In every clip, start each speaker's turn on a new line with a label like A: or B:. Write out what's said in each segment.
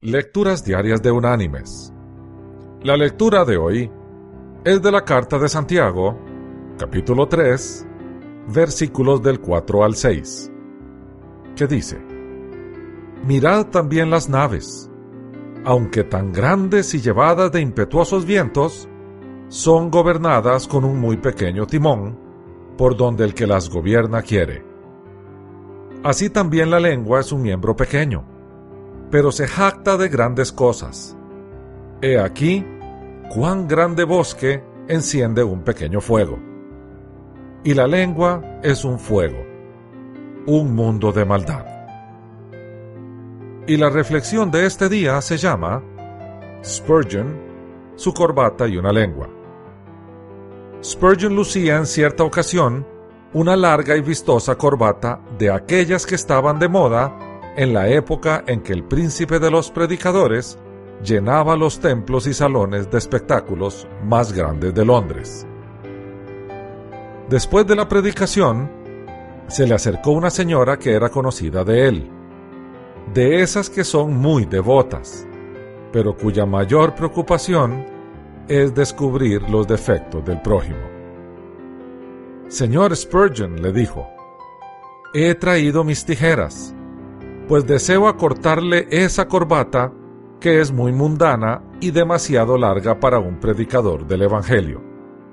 A: Lecturas diarias de Unánimes. La lectura de hoy es de la Carta de Santiago, capítulo 3, versículos del 4 al 6, que dice: Mirad también las naves, aunque tan grandes y llevadas de impetuosos vientos, son gobernadas con un muy pequeño timón, por donde el que las gobierna quiere. Así también la lengua es un miembro pequeño, pero se jacta de grandes cosas. He aquí cuán grande bosque enciende un pequeño fuego. Y la lengua es un fuego, un mundo de maldad. Y la reflexión de este día se llama Spurgeon, su corbata y una lengua. Spurgeon lucía en cierta ocasión una larga y vistosa corbata de aquellas que estaban de moda en la época en que el príncipe de los predicadores llenaba los templos y salones de espectáculos más grandes de Londres. Después de la predicación, se le acercó una señora que era conocida de él, de esas que son muy devotas, pero cuya mayor preocupación es descubrir los defectos del prójimo. Señor Spurgeon, le dijo, he traído mis tijeras, pues deseo acortarle esa corbata que es muy mundana y demasiado larga para un predicador del Evangelio.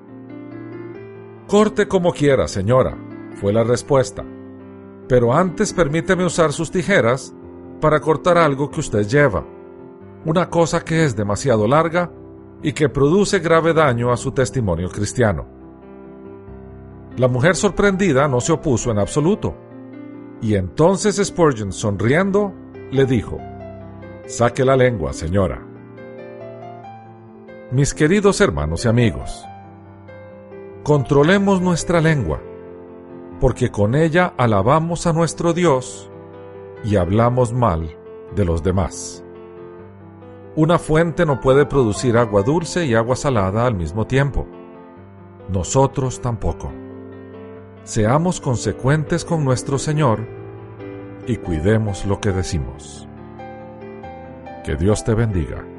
A: Corte como quiera, señora, fue la respuesta, pero antes permíteme usar sus tijeras para cortar algo que usted lleva, una cosa que es demasiado larga y que produce grave daño a su testimonio cristiano. La mujer sorprendida no se opuso en absoluto, y entonces Spurgeon, sonriendo, le dijo: saque la lengua, señora. Mis queridos hermanos y amigos, controlemos nuestra lengua, porque con ella alabamos a nuestro Dios y hablamos mal de los demás. Una fuente no puede producir agua dulce y agua salada al mismo tiempo. Nosotros tampoco. Seamos consecuentes con nuestro Señor y cuidemos lo que decimos. Que Dios te bendiga.